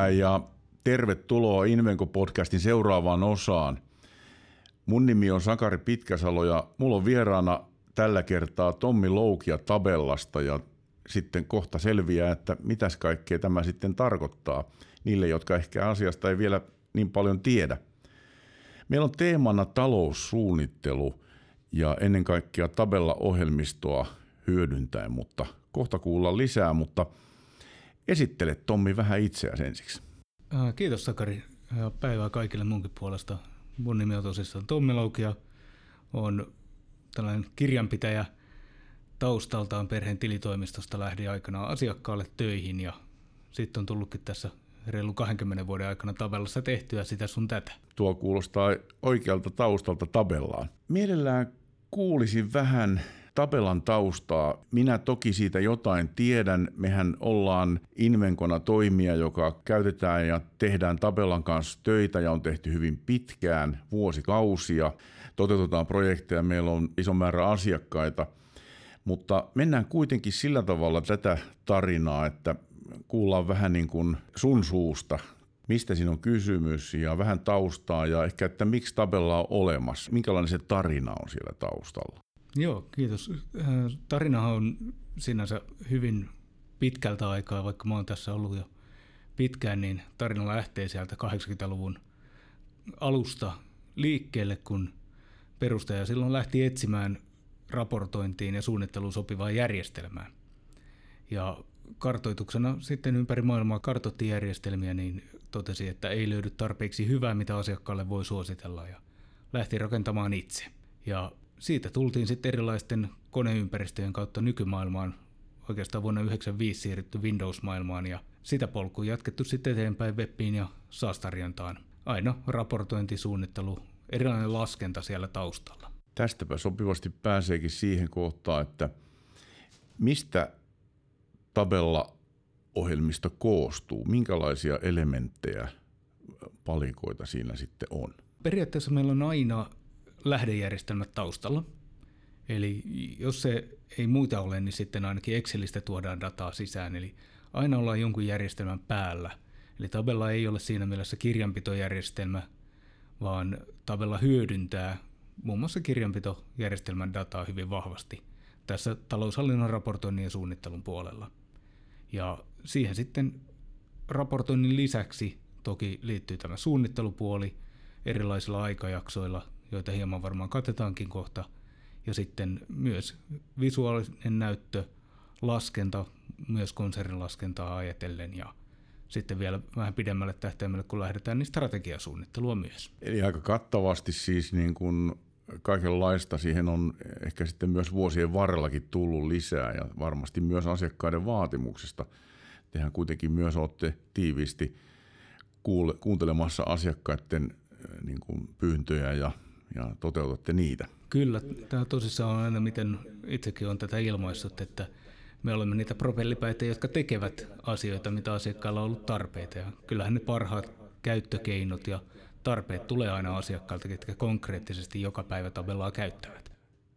päivää ja tervetuloa Invenco-podcastin seuraavaan osaan. Mun nimi on Sakari Pitkäsalo ja mulla on vieraana tällä kertaa Tommi Loukia Tabellasta ja sitten kohta selviää, että mitäs kaikkea tämä sitten tarkoittaa niille, jotka ehkä asiasta ei vielä niin paljon tiedä. Meillä on teemana taloussuunnittelu ja ennen kaikkea Tabella-ohjelmistoa hyödyntäen, mutta kohta kuullaan lisää, mutta esittele Tommi vähän itseäsi ensiksi. Kiitos Sakari ja päivää kaikille munkin puolesta. Mun nimi on tosissaan Tommi Loukia, on tällainen kirjanpitäjä taustaltaan perheen tilitoimistosta lähdin aikanaan asiakkaalle töihin ja sitten on tullutkin tässä reilu 20 vuoden aikana Tabellassa tehtyä sitä sun tätä. Tuo kuulostaa oikealta taustalta Tabellaan. Mielellään kuulisin vähän Tabellan taustaa. Minä toki siitä jotain tiedän. Mehän ollaan Invencona toimija, joka käytetään ja tehdään Tabellan kanssa töitä ja on tehty hyvin pitkään, vuosikausia. Toteutetaan projekteja, meillä on iso määrä asiakkaita. Mutta mennään kuitenkin sillä tavalla tätä tarinaa, että kuullaan vähän niin kuin sun suusta, mistä siinä on kysymys ja vähän taustaa ja ehkä, että miksi Tabella on olemassa, minkälainen se tarina on siellä taustalla. Joo, kiitos. Tarinahan on sinänsä hyvin pitkältä aikaa, vaikka mä oon tässä ollut jo pitkään, niin tarina lähtee sieltä 80-luvun alusta liikkeelle, kun perustaja silloin lähti etsimään raportointiin ja suunnitteluun sopivaa järjestelmää. Ja kartoituksena sitten ympäri maailmaa kartoitti järjestelmiä, niin totesi, että ei löydy tarpeeksi hyvää, mitä asiakkaalle voi suositella ja lähti rakentamaan itse. Ja siitä tultiin sitten erilaisten koneympäristöjen kautta nykymaailmaan, oikeastaan vuonna 1995 siirrytty Windows-maailmaan ja sitä polkua jatkettu sitten eteenpäin webiin ja SaaS-tarjontaan. Aina raportointi, suunnittelu, erilainen laskenta siellä taustalla. Tästäpä sopivasti pääseekin siihen kohtaan, että mistä Tabella-ohjelmisto koostuu, minkälaisia elementtejä, palikoita siinä sitten on? Periaatteessa meillä on aina lähdejärjestelmät taustalla. Eli jos se ei muita ole, niin sitten ainakin Excelistä tuodaan dataa sisään. Eli aina ollaan jonkun järjestelmän päällä. Eli Tabella ei ole siinä mielessä kirjanpitojärjestelmä, vaan Tabella hyödyntää muun muassa kirjanpitojärjestelmän dataa hyvin vahvasti tässä taloushallinnon raportoinnin ja suunnittelun puolella. Ja siihen sitten raportoinnin lisäksi toki liittyy tämä suunnittelupuoli erilaisilla aikajaksoilla, joita hieman varmaan katetaankin kohta, ja sitten myös visuaalinen näyttö, laskenta, myös konsernilaskentaa ajatellen, ja sitten vielä vähän pidemmälle tähtäimelle, kun lähdetään, niin strategiasuunnittelua myös. Eli aika kattavasti siis niin kuin kaikenlaista siihen on ehkä sitten myös vuosien varrellakin tullut lisää, ja varmasti myös asiakkaiden vaatimuksesta. Tehän kuitenkin myös olette tiiviisti kuuntelemassa asiakkaiden niin kuin pyyntöjä ja toteutatte niitä. Kyllä, tämä tosissaan on aina, miten itsekin olen tätä ilmaissut, että me olemme niitä propellipäitä, jotka tekevät asioita, mitä asiakkailla on ollut tarpeita. Ja kyllähän ne parhaat käyttökeinot ja tarpeet tulee aina asiakkaalta, ketkä konkreettisesti joka päivä Tabellaa käyttävät.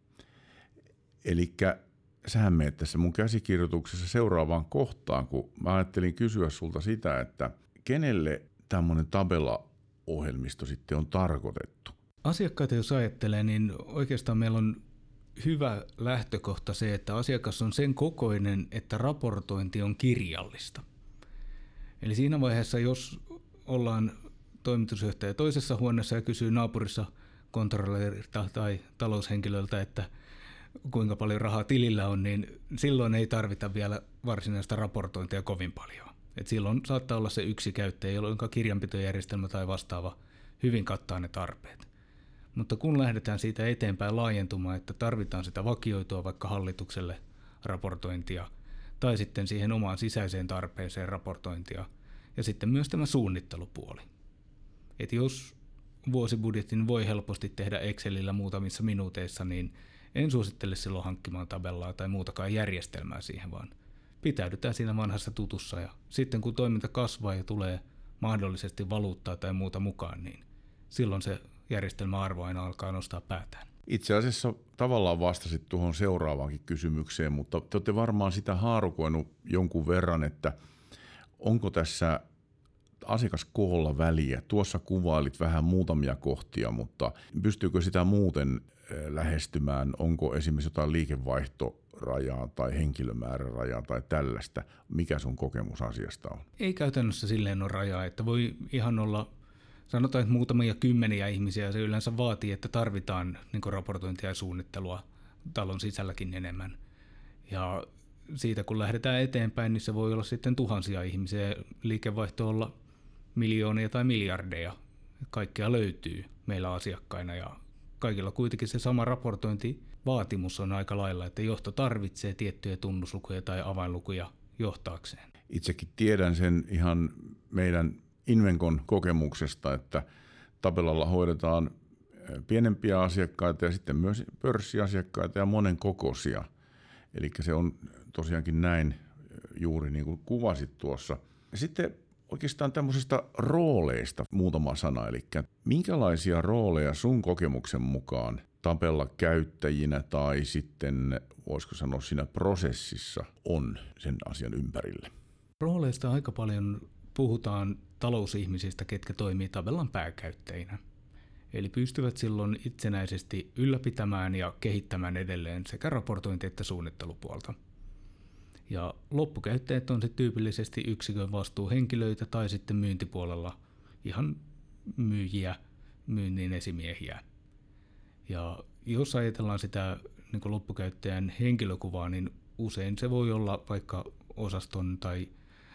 Elikkä sähän menet tässä mun käsikirjoituksessa seuraavaan kohtaan, kun mä ajattelin kysyä sulta sitä, että kenelle tämmöinen Tabella-ohjelmisto sitten on tarkoitettu? Asiakkaita jos ajattelee, niin oikeastaan meillä on hyvä lähtökohta se, että asiakas on sen kokoinen, että raportointi on kirjallista. Eli siinä vaiheessa, jos ollaan toimitusjohtaja toisessa huoneessa ja kysyy naapurissa kontrollerilta tai taloushenkilöltä, että kuinka paljon rahaa tilillä on, niin silloin ei tarvita vielä varsinaista raportointia kovin paljon. Et silloin saattaa olla se yksi käyttäjä, jolloin kirjanpitojärjestelmä tai vastaava hyvin kattaa ne tarpeet. Mutta kun lähdetään siitä eteenpäin laajentumaan, että tarvitaan sitä vakioitua vaikka hallitukselle raportointia tai sitten siihen omaan sisäiseen tarpeeseen raportointia ja sitten myös tämä suunnittelupuoli. Et jos vuosibudjetin voi helposti tehdä Excelillä muutamissa minuuteissa, niin en suosittele silloin hankkimaan tabellaa tai muutakaan järjestelmää siihen, vaan pitäydytään siinä vanhassa tutussa ja sitten kun toiminta kasvaa ja tulee mahdollisesti valuuttaa tai muuta mukaan, niin silloin se järjestelmäarvo aina alkaa nostaa päätään. Itse asiassa tavallaan vastasit tuohon seuraavaankin kysymykseen, mutta te olette varmaan sitä haarukoinut jonkun verran, että onko tässä asiakaskoolla väliä? Tuossa kuvailit vähän muutamia kohtia, mutta pystyykö sitä muuten lähestymään? Onko esimerkiksi jotain liikevaihtorajaa tai henkilömäärärajaa tai tällaista? Mikä sun kokemus asiasta on? Ei käytännössä silleen ole rajaa, että voi ihan olla, sanotaan, että muutamia kymmeniä ihmisiä, ja se yleensä vaatii, että tarvitaan niin raportointia ja suunnittelua talon sisälläkin enemmän. Ja siitä kun lähdetään eteenpäin, niin se voi olla sitten tuhansia ihmisiä, liikevaihto olla miljoonia tai miljardeja. Kaikkea löytyy meillä asiakkaina ja kaikilla kuitenkin se sama raportointivaatimus on aika lailla, että johto tarvitsee tiettyjä tunnuslukuja tai avainlukuja johtaakseen. Itsekin tiedän sen ihan meidän Invencon kokemuksesta, että Tabelalla hoidetaan pienempiä asiakkaita ja sitten myös pörssiasiakkaita ja monen kokoisia. Eli se on tosiaankin näin juuri niin kuin kuvasit tuossa. Sitten oikeastaan tämmöisistä rooleista muutama sana. Eli minkälaisia rooleja sun kokemuksen mukaan Tabella käyttäjinä tai sitten voisiko sanoa siinä prosessissa on sen asian ympärillä? Rooleista aika paljon puhutaan talousihmisistä, ketkä toimii Tabellan pääkäyttäjinä. Eli pystyvät silloin itsenäisesti ylläpitämään ja kehittämään edelleen sekä raportointi- että suunnittelupuolta. Ja loppukäyttäjät on sitten tyypillisesti yksikön vastuuhenkilöitä tai sitten myyntipuolella ihan myyjiä, myynnin esimiehiä. Ja jos ajatellaan sitä niin kuin loppukäyttäjän henkilökuvaa, niin usein se voi olla vaikka osaston tai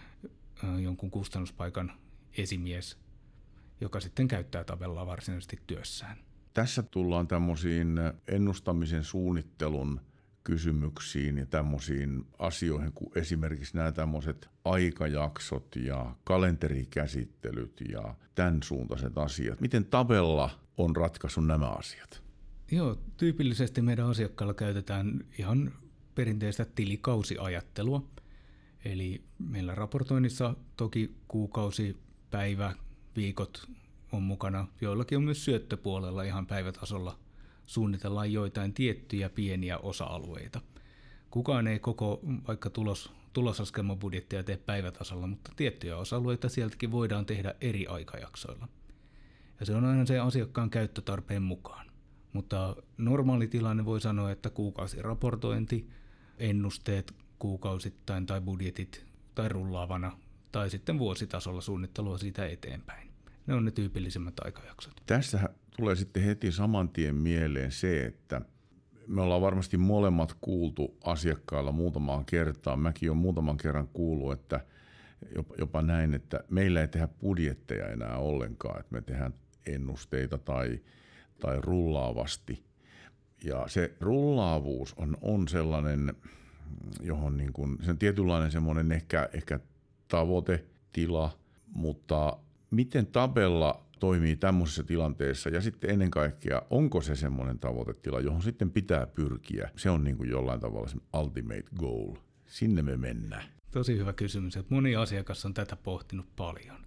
jonkun kustannuspaikan esimies, joka sitten käyttää Tabellaa varsinaisesti työssään. Tässä tullaan tämmöisiin ennustamisen suunnittelun kysymyksiin ja tämmöisiin asioihin, kuin esimerkiksi nämä tämmöiset aikajaksot ja kalenterikäsittelyt ja tämän suuntaiset asiat. Miten Tabella on ratkaissut nämä asiat? Joo, tyypillisesti meidän asiakkailla käytetään ihan perinteistä tilikausiajattelua. Eli meillä raportoinnissa toki kuukausi, päivä, viikot on mukana. Joillakin on myös syöttöpuolella ihan päivätasolla. Suunnitellaan joitain tiettyjä pieniä osa-alueita. Kukaan ei koko vaikka tuloslaskelmabudjettia tee päivätasolla, mutta tiettyjä osa-alueita sieltäkin voidaan tehdä eri aikajaksoilla. Ja se on aina se asiakkaan käyttötarpeen mukaan. Mutta normaali tilanne voi sanoa, että kuukausiraportointi, ennusteet kuukausittain tai budjetit tai rullaavana tai sitten vuositasolla suunnittelua siitä eteenpäin. Ne on ne tyypillisimmät aikajaksot. Tässä tulee sitten heti saman tien mieleen se, että me ollaan varmasti molemmat kuultu asiakkailla muutamaan kertaan. Mäkin olen muutaman kerran kuullut, että jopa näin, että meillä ei tehdä budjetteja enää ollenkaan, että me tehdään ennusteita tai rullaavasti. Ja se rullaavuus on sellainen, johon niin kuin, se on tietynlainen semmoinen ehkä tavoitetila, mutta miten Tabella toimii tämmöisessä tilanteessa ja sitten ennen kaikkea, onko se semmoinen tavoitetila, johon sitten pitää pyrkiä? Se on niin kuin jollain tavalla se ultimate goal. Sinne me mennään. Tosi hyvä kysymys, että moni asiakas on tätä pohtinut paljon.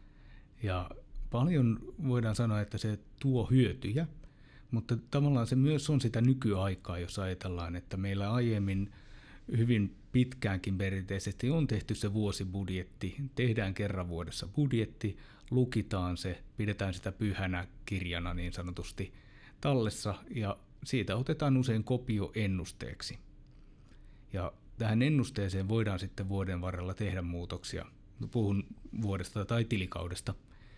Ja paljon voidaan sanoa, että se tuo hyötyjä, mutta tavallaan se myös on sitä nykyaikaa, jos ajatellaan, että meillä aiemmin hyvin pitkäänkin perinteisesti on tehty se vuosibudjetti, tehdään kerran vuodessa budjetti, lukitaan se, pidetään sitä pyhänä kirjana niin sanotusti tallessa ja siitä otetaan usein kopio ennusteeksi. Ja tähän ennusteeseen voidaan sitten vuoden varrella tehdä muutoksia. Puhun vuodesta tai tilikaudesta.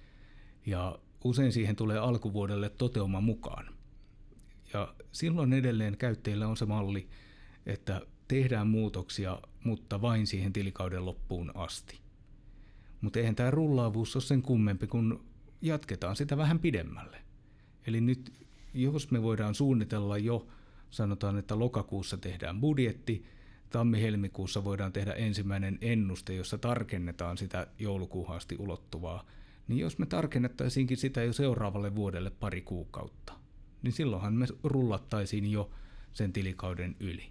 Ja usein siihen tulee alkuvuodelle toteuma mukaan. Ja silloin edelleen käyttäjillä on se malli, että tehdään muutoksia, mutta vain siihen tilikauden loppuun asti. Mutta eihän tämä rullaavuus ole sen kummempi, kun jatketaan sitä vähän pidemmälle. Eli nyt jos me voidaan suunnitella jo, sanotaan, että lokakuussa tehdään budjetti, tammi-helmikuussa voidaan tehdä ensimmäinen ennuste, jossa tarkennetaan sitä joulukuuhun asti ulottuvaa, niin jos me tarkennettaisiinkin sitä jo seuraavalle vuodelle pari kuukautta, niin silloinhan me rullattaisiin jo sen tilikauden yli.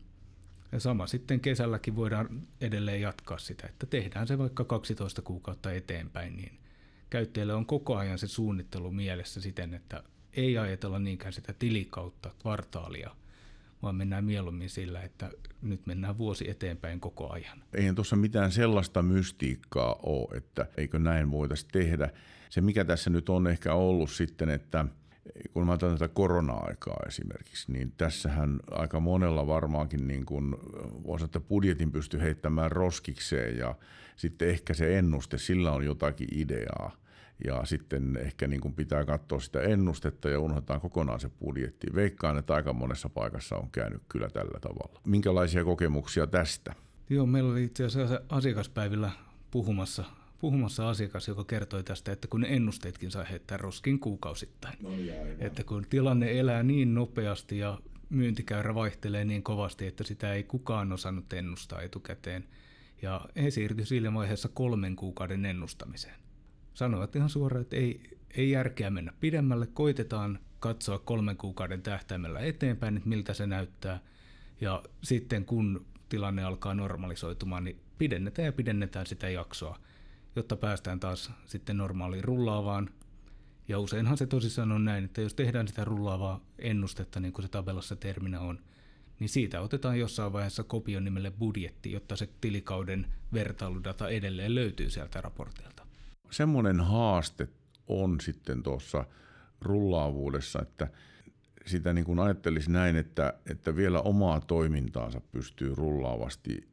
Ja sama sitten kesälläkin voidaan edelleen jatkaa sitä, että tehdään se vaikka 12 kuukautta eteenpäin, niin käyttäjällä on koko ajan se suunnittelu mielessä siten, että ei ajatella niinkään sitä tilikautta, kvartaalia, vaan mennään mieluummin sillä, että nyt mennään vuosi eteenpäin koko ajan. Eihän tuossa mitään sellaista mystiikkaa ole, että eikö näin voitaisiin tehdä. Se mikä tässä nyt on ehkä ollut sitten, että kun mä otan tätä korona-aikaa esimerkiksi, niin tässähän aika monella varmaankin niin kuin voisi, että budjetin pystyy heittämään roskikseen ja sitten ehkä se ennuste, sillä on jotakin ideaa. Ja sitten ehkä niin kuin pitää katsoa sitä ennustetta ja unohdetaan kokonaan se budjetti. Veikkaan, että aika monessa paikassa on käynyt kyllä tällä tavalla. Minkälaisia kokemuksia tästä? Joo, meillä oli itse asiassa asiakaspäivillä puhumassa asiakas, joka kertoi tästä, että kun ne ennusteetkin saa heittää roskin kuukausittain. Että kun tilanne elää niin nopeasti ja myyntikäyrä vaihtelee niin kovasti, että sitä ei kukaan osannut ennustaa etukäteen. Ja he siirtyi siinä vaiheessa 3 kuukauden ennustamiseen. Sanoivat ihan suoraan, että ei järkeä mennä pidemmälle, koitetaan katsoa 3 kuukauden tähtäimellä eteenpäin, että miltä se näyttää. Ja sitten kun tilanne alkaa normalisoitumaan, niin pidennetään sitä jaksoa, jotta päästään taas sitten normaaliin rullaavaan. Ja useinhan se tosissaan on näin, että jos tehdään sitä rullaavaa ennustetta, niin kuin se tabellassa terminä on, niin siitä otetaan jossain vaiheessa kopion nimelle budjetti, jotta se tilikauden vertailudata edelleen löytyy sieltä raporteilta. Semmoinen haaste on sitten tuossa rullaavuudessa, että sitä niin kuin ajattelisi näin, että vielä omaa toimintaansa pystyy rullaavasti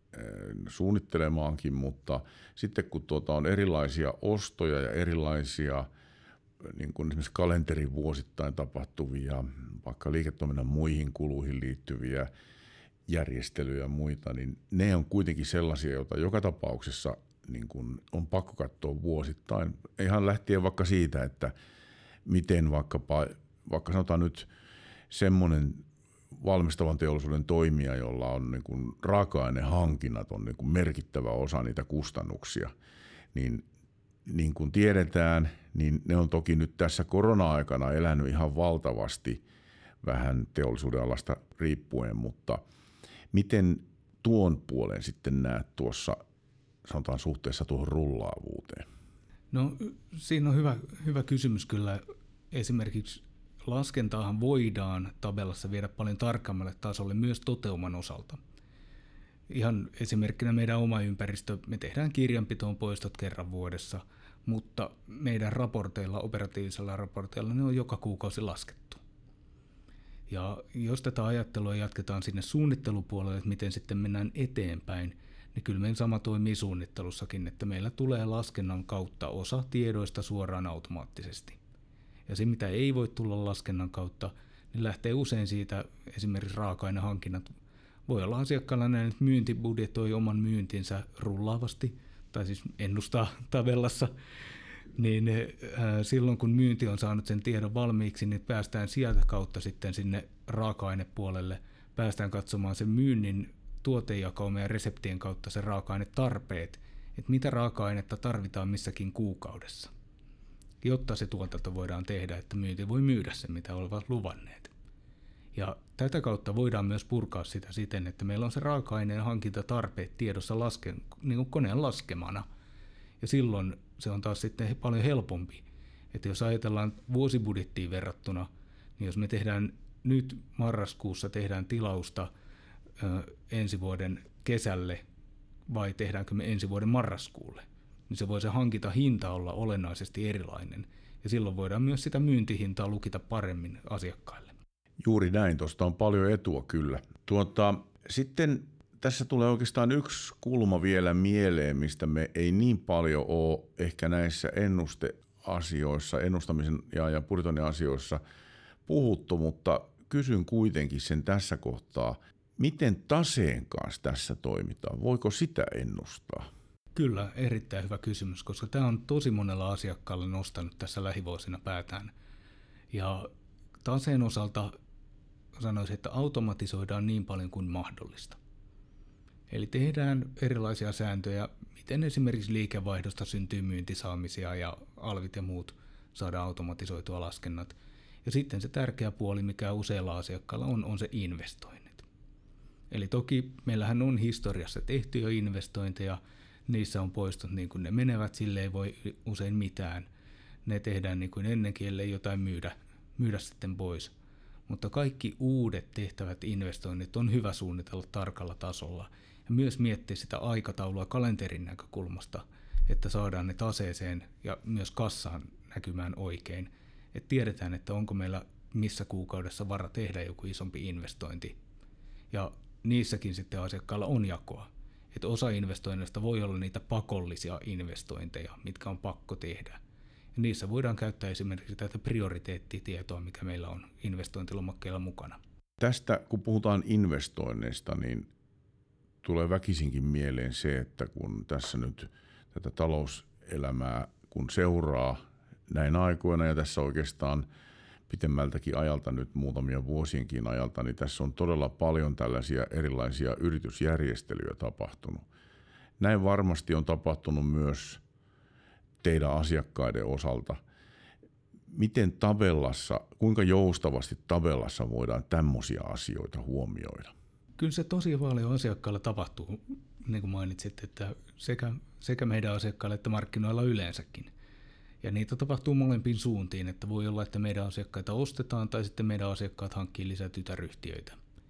suunnittelemaankin, mutta sitten kun on erilaisia ostoja ja erilaisia niin kuin esimerkiksi kalenterivuosittain tapahtuvia, vaikka liiketoiminnan muihin kuluihin liittyviä järjestelyjä ja muita, niin ne on kuitenkin sellaisia, joita joka tapauksessa niin kuin on pakko katsoa vuosittain. Ihan lähtien vaikka siitä, että miten vaikka sanotaan nyt semmoinen valmistavan teollisuuden toimija, jolla on niin kuin raaka-ainehankinnat on niin kuin merkittävä osa niitä kustannuksia, niin kuin tiedetään, niin ne on toki nyt tässä korona-aikana elänyt ihan valtavasti vähän teollisuuden alasta riippuen, mutta miten tuon puolen sitten näet tuossa, sanotaan suhteessa tuohon rullaavuuteen? No siinä on hyvä kysymys kyllä. Esimerkiksi laskentaahan voidaan tabellassa viedä paljon tarkemmalle tasolle myös toteuman osalta. Ihan esimerkkinä meidän oma ympäristö, me tehdään kirjanpitoon poistot kerran vuodessa, mutta meidän raporteilla, operatiivisella raporteilla, ne on joka kuukausi laskettu. Ja jos tätä ajattelua jatketaan sinne suunnittelupuolelle, että miten sitten mennään eteenpäin, niin kyllä meidän sama toimii suunnittelussakin, että meillä tulee laskennan kautta osa tiedoista suoraan automaattisesti. Ja se, mitä ei voi tulla laskennan kautta, niin lähtee usein siitä esimerkiksi raaka-ainehankinnat. Voi olla asiakkaalla näin, että myynti budjetoi oman myyntinsä rullaavasti, tai siis ennustaa tabellassa, niin silloin kun myynti on saanut sen tiedon valmiiksi, niin päästään sieltä kautta sitten sinne raaka-ainepuolelle, päästään katsomaan sen myynnin tuotejakauma ja reseptien kautta se raaka-ainetarpeet, että mitä raaka-ainetta tarvitaan missäkin kuukaudessa, jotta se tuotanto voidaan tehdä, että myynti voi myydä sen, mitä ovat luvanneet. Ja tätä kautta voidaan myös purkaa sitä siten, että meillä on se raaka-aineen hankintatarpeet tiedossa niin kuin koneen laskemana. Ja silloin se on taas sitten paljon helpompi. Että jos ajatellaan vuosibudjettiin verrattuna, niin jos me tehdään nyt marraskuussa tilausta ensi vuoden kesälle vai tehdäänkö me ensi vuoden marraskuulle, niin se voi se hankintahinta olla olennaisesti erilainen. Ja silloin voidaan myös sitä myyntihintaa lukita paremmin asiakkaille. Juuri näin, tuosta on paljon etua kyllä. Sitten tässä tulee oikeastaan yksi kulma vielä mieleen, mistä me ei niin paljon ole ehkä näissä ennusteasioissa, ennustamisen ja budjetoinnin asioissa puhuttu, mutta kysyn kuitenkin sen tässä kohtaa, miten taseen kanssa tässä toimitaan? Voiko sitä ennustaa? Kyllä, erittäin hyvä kysymys, koska tämä on tosi monella asiakkaalla nostanut tässä lähivuosina päätään. Ja taseen osalta sanoisin, että automatisoidaan niin paljon kuin mahdollista. Eli tehdään erilaisia sääntöjä, miten esimerkiksi liikevaihdosta syntyy myyntisaamisia ja alvit ja muut saadaan automatisoitua laskennat. Ja sitten se tärkeä puoli, mikä useilla asiakkailla on se investoinnit. Eli toki meillähän on historiassa tehty jo investointeja, niissä on poistot niin kuin ne menevät, sille ei voi usein mitään. Ne tehdään niin kuin ennenkin, ellei jotain myydä sitten pois. mutta kaikki uudet tehtävät investoinnit on hyvä suunnitella tarkalla tasolla ja myös miettiä sitä aikataulua kalenterin näkökulmasta, että saadaan ne taseeseen ja myös kassaan näkymään oikein, että tiedetään, että onko meillä missä kuukaudessa vara tehdä joku isompi investointi. Ja niissäkin sitten asiakkaalla on jakoa. Että osa investoinneista voi olla niitä pakollisia investointeja, mitkä on pakko tehdä. Ja niissä voidaan käyttää esimerkiksi tätä prioriteettitietoa, mikä meillä on investointilomakkeella mukana. Tästä kun puhutaan investoinneista, niin tulee väkisinkin mieleen se, että kun tässä nyt tätä talouselämää kun seuraa näin aikoina ja tässä oikeastaan pitemmältäkin ajalta, nyt muutamia vuosienkin ajalta, niin tässä on todella paljon tällaisia erilaisia yritysjärjestelyjä tapahtunut. Näin varmasti on tapahtunut myös teidän asiakkaiden osalta. Miten tabellassa, kuinka joustavasti tabellassa voidaan tämmöisiä asioita huomioida? Kyllä se tosi paljon asiakkailla tapahtuu, niin kuin mainitsit, että sekä meidän asiakkailla että markkinoilla yleensäkin. Ja niitä tapahtuu molempiin suuntiin, että voi olla, että meidän asiakkaita ostetaan tai sitten meidän asiakkaat hankkii lisää tytäryhtiöitä.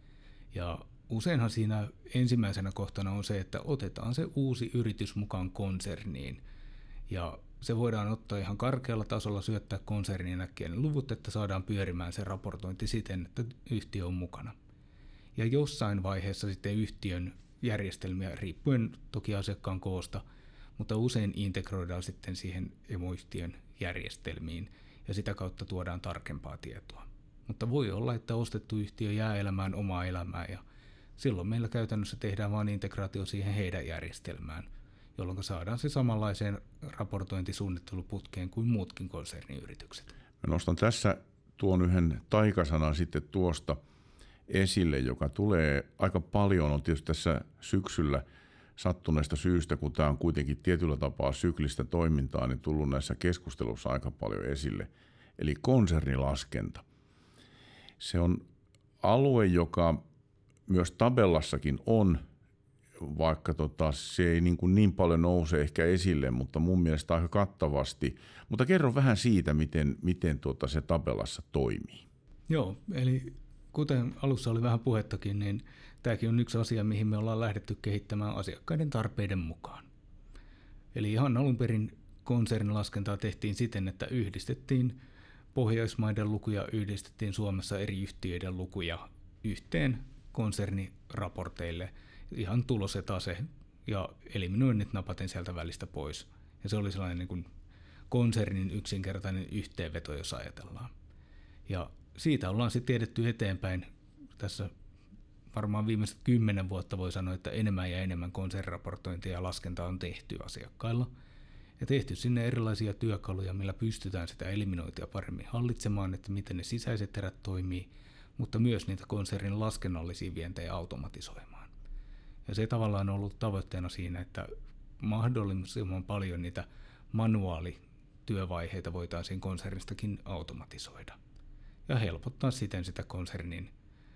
Ja useinhan siinä ensimmäisenä kohtana on se, että otetaan se uusi yritys mukaan konserniin. Ja se voidaan ottaa ihan karkealla tasolla, syöttää konsernin äkkiä ne luvut, että saadaan pyörimään se raportointi siten, että yhtiö on mukana. Ja jossain vaiheessa sitten yhtiön järjestelmiä, riippuen toki asiakkaan koosta, mutta usein integroidaan sitten siihen emoyhtiön järjestelmiin ja sitä kautta tuodaan tarkempaa tietoa. Mutta voi olla, että ostettu yhtiö jää elämään omaa elämää ja silloin meillä käytännössä tehdään vain integraatio siihen heidän järjestelmään, jolloin saadaan se samanlaiseen raportointisuunnitteluputkeen kuin muutkin konserniyritykset. Mä nostan tässä tuon yhden taikasanan sitten tuosta esille, joka tulee aika paljon, on tietysti tässä syksyllä sattuneesta syystä, kun tämä on kuitenkin tietyllä tapaa syklistä toimintaa, niin tullut näissä keskustelussa aika paljon esille. Eli konsernilaskenta. Se on alue, joka myös tabellassakin on, vaikka se ei niin paljon nouse ehkä esille, mutta mun mielestä aika kattavasti. Mutta kerro vähän siitä, miten se tabellassa toimii. Joo, eli kuten alussa oli vähän puhettakin, niin tämäkin on yksi asia, mihin me ollaan lähdetty kehittämään asiakkaiden tarpeiden mukaan. Eli ihan alun perin konsernilaskentaa tehtiin siten, että yhdistettiin Pohjoismaiden lukuja, yhdistettiin Suomessa eri yhtiöiden lukuja yhteen konserniraporteille, ihan tulos ja tase, ja eliminoinnit napaten sieltä välistä pois. Ja se oli sellainen niin kuin konsernin yksinkertainen yhteenveto, jos ajatellaan. Ja siitä ollaan sitten tiedetty eteenpäin. Tässä varmaan viimeiset 10 vuotta voi sanoa, että enemmän ja enemmän konserniraportointia ja laskentaa on tehty asiakkailla. Ja tehty sinne erilaisia työkaluja, millä pystytään sitä eliminointia paremmin hallitsemaan, että miten ne sisäiset erät toimii, mutta myös niitä konsernin laskennallisia vientejä automatisoimaan. Ja se tavallaan on ollut tavoitteena siinä, että mahdollisimman paljon niitä manuaalityövaiheita voitaisiin konsernistakin automatisoida. Ja helpottaa siten sitä konsernin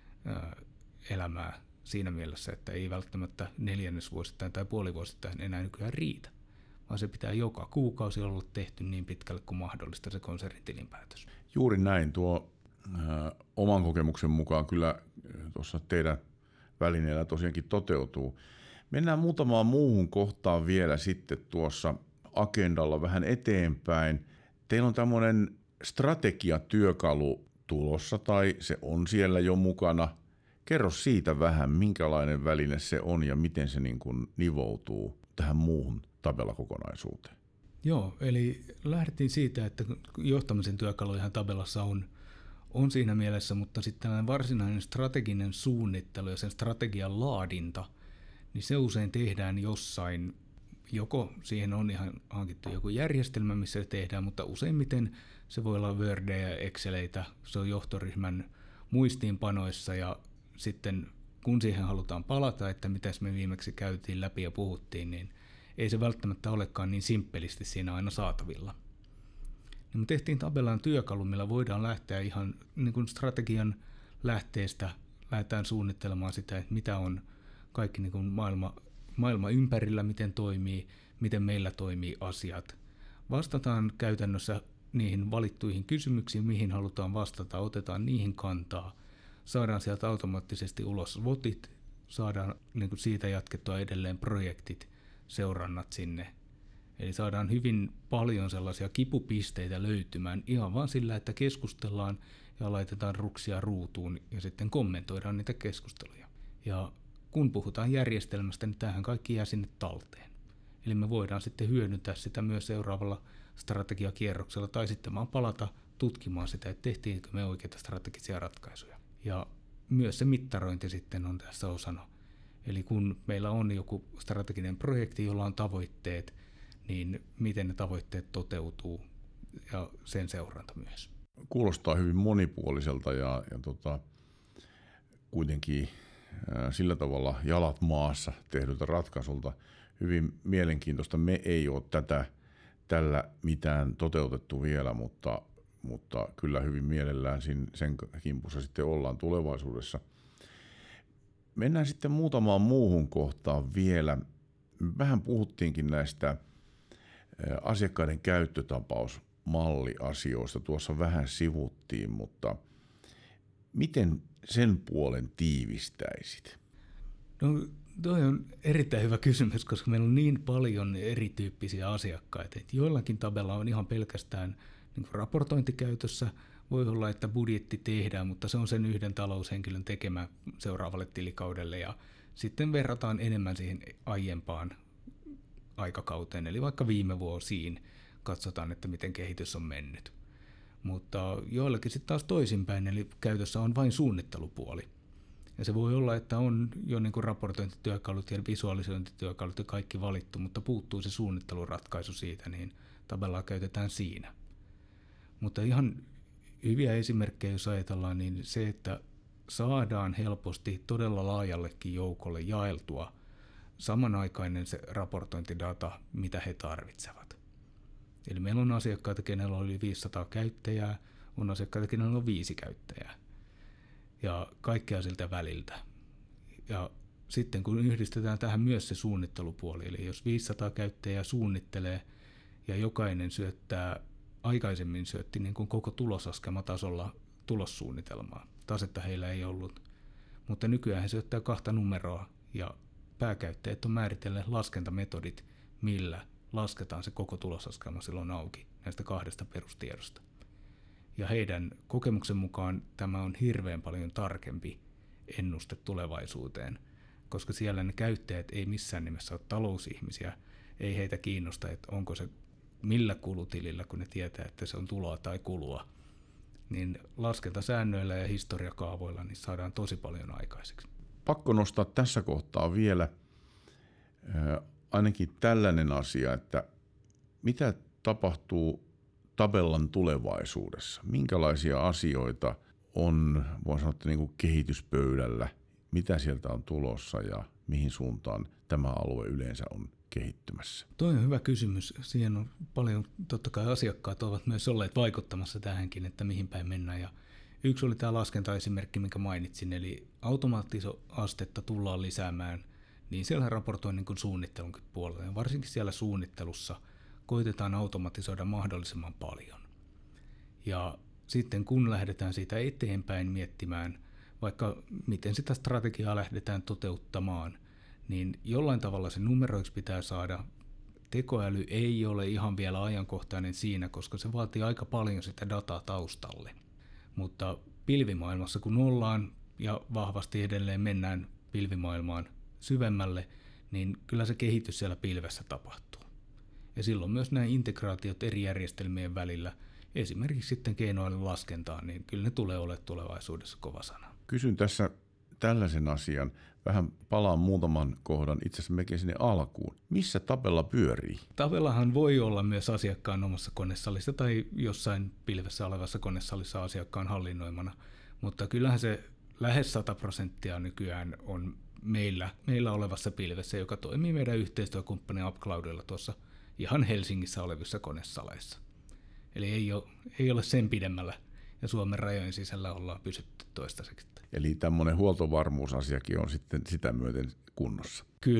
elämää siinä mielessä, että ei välttämättä neljännesvuosittain tai puolivuosittain enää nykyään riitä, vaan se pitää joka kuukausi olla tehty niin pitkälle kuin mahdollista se konsernin tilinpäätös. Juuri näin. Tuo oman kokemuksen mukaan kyllä tuossa teidän välineellä tosiaankin toteutuu. Mennään muutamaan muuhun kohtaan vielä sitten tuossa agendalla vähän eteenpäin. Teillä on tämmöinen strategiatyökalu tulossa tai se on siellä jo mukana. Kerro siitä vähän, minkälainen väline se on ja miten se niin kuin nivoutuu tähän muuhun tabellakokonaisuuteen. Joo, eli lähdettiin siitä, että johtamisen työkalujahan tabellassa on siinä mielessä, mutta sitten tällainen varsinainen strateginen suunnittelu ja sen strategian laadinta, niin se usein tehdään jossain, joko siihen on ihan hankittu joku järjestelmä, missä se tehdään, mutta useimmiten se voi olla Wordia ja Exceleitä, se on johtoryhmän muistiinpanoissa ja sitten kun siihen halutaan palata, että mitäs me viimeksi käytiin läpi ja puhuttiin, niin ei se välttämättä olekaan niin simppelisti siinä aina saatavilla. Niin me tehtiin tabellaan työkalu, millä voidaan lähteä ihan niin kuin strategian lähteestä, lähdetään suunnittelemaan sitä, että mitä on kaikki niin kuin maailma ympärillä, miten toimii, miten meillä toimii asiat. Vastataan käytännössä niihin valittuihin kysymyksiin, mihin halutaan vastata, otetaan niihin kantaa, saadaan sieltä automaattisesti ulos votit, saadaan niin kuin siitä jatkettua edelleen projektit, seurannat sinne. Eli saadaan hyvin paljon sellaisia kipupisteitä löytymään ihan vaan sillä, että keskustellaan ja laitetaan ruksia ruutuun ja sitten kommentoidaan niitä keskusteluja. Ja kun puhutaan järjestelmästä, niin tämähän kaikki jää sinne talteen. Eli me voidaan sitten hyödyntää sitä myös seuraavalla strategiakierroksella tai sitten vaan palata tutkimaan sitä, että tehtiinkö me oikeita strategisia ratkaisuja. Ja myös se mittarointi sitten on tässä osana. Eli kun meillä on joku strateginen projekti, jolla on tavoitteet, niin miten ne tavoitteet toteutuu ja sen seuranta myös. Kuulostaa hyvin monipuoliselta ja kuitenkin sillä tavalla jalat maassa tehdyltä ratkaisulta. Hyvin mielenkiintoista. Me ei ole tällä mitään toteutettu vielä, mutta kyllä hyvin mielellään sen kimpussa sitten ollaan tulevaisuudessa. Mennään sitten muutamaan muuhun kohtaan vielä. Vähän puhuttiinkin näistä asiakkaiden käyttötapausmalliasioista. Tuossa vähän sivuttiin, mutta miten sen puolen tiivistäisit? No, tuo on erittäin hyvä kysymys, koska meillä on niin paljon erityyppisiä asiakkaita. Että joillakin tabella on ihan pelkästään niin kuin raportointikäytössä. Voi olla, että budjetti tehdään, mutta se on sen yhden taloushenkilön tekemä seuraavalle tilikaudelle. Ja sitten verrataan enemmän siihen aiempaan aikakauteen, eli vaikka viime vuosiin katsotaan, että miten kehitys on mennyt. Mutta joillakin sitten taas toisinpäin, eli käytössä on vain suunnittelupuoli. Ja se voi olla, että on jo niin kuin raportointityökalut ja visualisointityökalut ja kaikki valittu, mutta puuttuu se suunnitteluratkaisu siitä, niin tabellaa käytetään siinä. Mutta ihan hyviä esimerkkejä, jos ajatellaan, niin se, että saadaan helposti todella laajallekin joukolle jaeltua samanaikainen se raportointidata, mitä he tarvitsevat. Eli meillä on asiakkaita, kenellä on yli 500 käyttäjää, on asiakkaita, kenellä on 5 käyttäjää. Ja kaikkea siltä väliltä. Ja sitten kun yhdistetään tähän myös se suunnittelupuoli, eli jos 500 käyttäjää suunnittelee ja jokainen aikaisemmin syötti niin kuin koko tulosaskematasolla tulossuunnitelmaa. Tasetta heillä ei ollut, mutta nykyään he syöttää 2 numeroa ja pääkäyttäjät on määritelleet laskentametodit, millä lasketaan se koko tulosaskelma silloin auki näistä 2 perustiedosta. Ja heidän kokemuksen mukaan tämä on hirveän paljon tarkempi ennuste tulevaisuuteen, koska siellä ne käyttäjät ei missään nimessä ole talousihmisiä, ei heitä kiinnosta, että onko se millä kulutilillä, kun ne tietää, että se on tuloa tai kulua. Niin laskentasäännöillä ja historiakaavoilla niin saadaan tosi paljon aikaiseksi. Pakko nostaa tässä kohtaa vielä ainakin tällainen asia, että mitä tapahtuu tabellan tulevaisuudessa? Minkälaisia asioita on, voin sanoa, niin kuin kehityspöydällä? Mitä sieltä on tulossa ja mihin suuntaan tämä alue yleensä on kehittymässä? Tuo on hyvä kysymys. Siihen on paljon, totta kai asiakkaat ovat myös olleet vaikuttamassa tähänkin, että mihin päin mennään. Ja yksi oli tämä laskentaesimerkki, minkä mainitsin, eli automaattiastetta tullaan lisäämään niin siellä raportoinnin kuin suunnittelunkin puolella. Ja varsinkin siellä suunnittelussa koitetaan automatisoida mahdollisimman paljon. Ja sitten kun lähdetään siitä eteenpäin miettimään, vaikka miten sitä strategiaa lähdetään toteuttamaan, niin jollain tavalla se numeroiksi pitää saada. Tekoäly ei ole ihan vielä ajankohtainen siinä, koska se vaatii aika paljon sitä dataa taustalle. Mutta pilvimaailmassa kun ollaan ja vahvasti edelleen mennään pilvimaailmaan syvemmälle, niin kyllä se kehitys siellä pilvessä tapahtuu. Ja silloin myös nämä integraatiot eri järjestelmien välillä, esimerkiksi sitten keinoälyn laskentaan, niin kyllä ne tulee olemaan tulevaisuudessa kova sana. Kysyn tässä tällaisen asian. Vähän palaan muutaman kohdan itse asiassa melkein sinne alkuun. Missä tabella pyörii? Tabellahan voi olla myös asiakkaan omassa konesalissa tai jossain pilvessä olevassa konesalissa asiakkaan hallinnoimana, mutta kyllähän se lähes 100% nykyään on meillä olevassa pilvessä, joka toimii meidän yhteistyökumppani UpCloudilla tuossa ihan Helsingissä olevissa konesaleissa. Eli ei ole sen pidemmällä ja Suomen rajojen sisällä ollaan pysytty toistaiseksi. Eli tämmöinen huoltovarmuusasiakin on sitten sitä myöten kunnossa. Kyllä,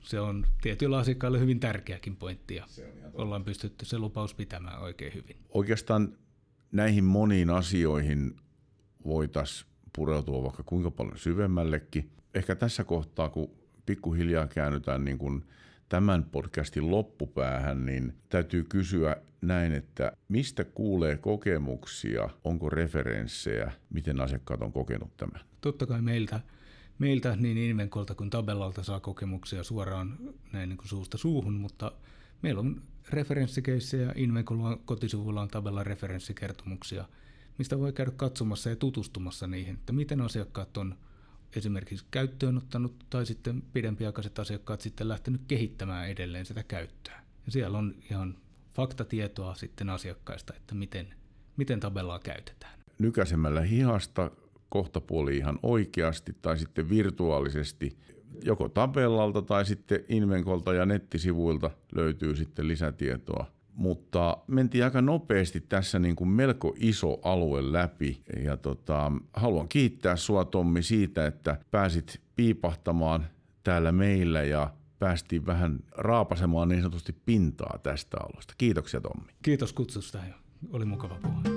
Se on tietyillä asiakkailla hyvin tärkeäkin pointti ja ollaan pystytty se lupaus pitämään oikein hyvin. Oikeastaan näihin moniin asioihin voitaisiin pureutua vaikka kuinka paljon syvemmällekin. Ehkä tässä kohtaa, kun pikkuhiljaa käännytään niin kuin tämän podcastin loppupäähän, niin täytyy kysyä näin, että mistä kuulee kokemuksia, onko referenssejä, miten asiakkaat on kokenut tämän? Totta kai meiltä niin Invencolta kuin Tabellalta saa kokemuksia suoraan näin niin kuin suusta suuhun, mutta meillä on referenssikeissejä, Invencolla kotisivuilla on Tabellan referenssikertomuksia, mistä voi käydä katsomassa ja tutustumassa niihin, että miten asiakkaat on esimerkiksi käyttöön ottanut tai sitten pidempiaikaiset asiakkaat sitten lähtenyt kehittämään edelleen sitä käyttöä. Ja siellä on ihan faktatietoa sitten asiakkaista, että miten Tabellaa käytetään. Nykäsemällä hihasta kohtapuoli ihan oikeasti tai sitten virtuaalisesti joko Tabellalta tai sitten Invencolta ja nettisivuilta löytyy sitten lisätietoa. Mutta mentiin aika nopeasti tässä niin kuin melko iso alue läpi ja haluan kiittää sua, Tommi, siitä, että pääsit piipahtamaan täällä meillä ja päästiin vähän raapasemaan niin sanotusti pintaa tästä alueesta. Kiitoksia, Tommi. Kiitos kutsusta ja oli mukava puhua.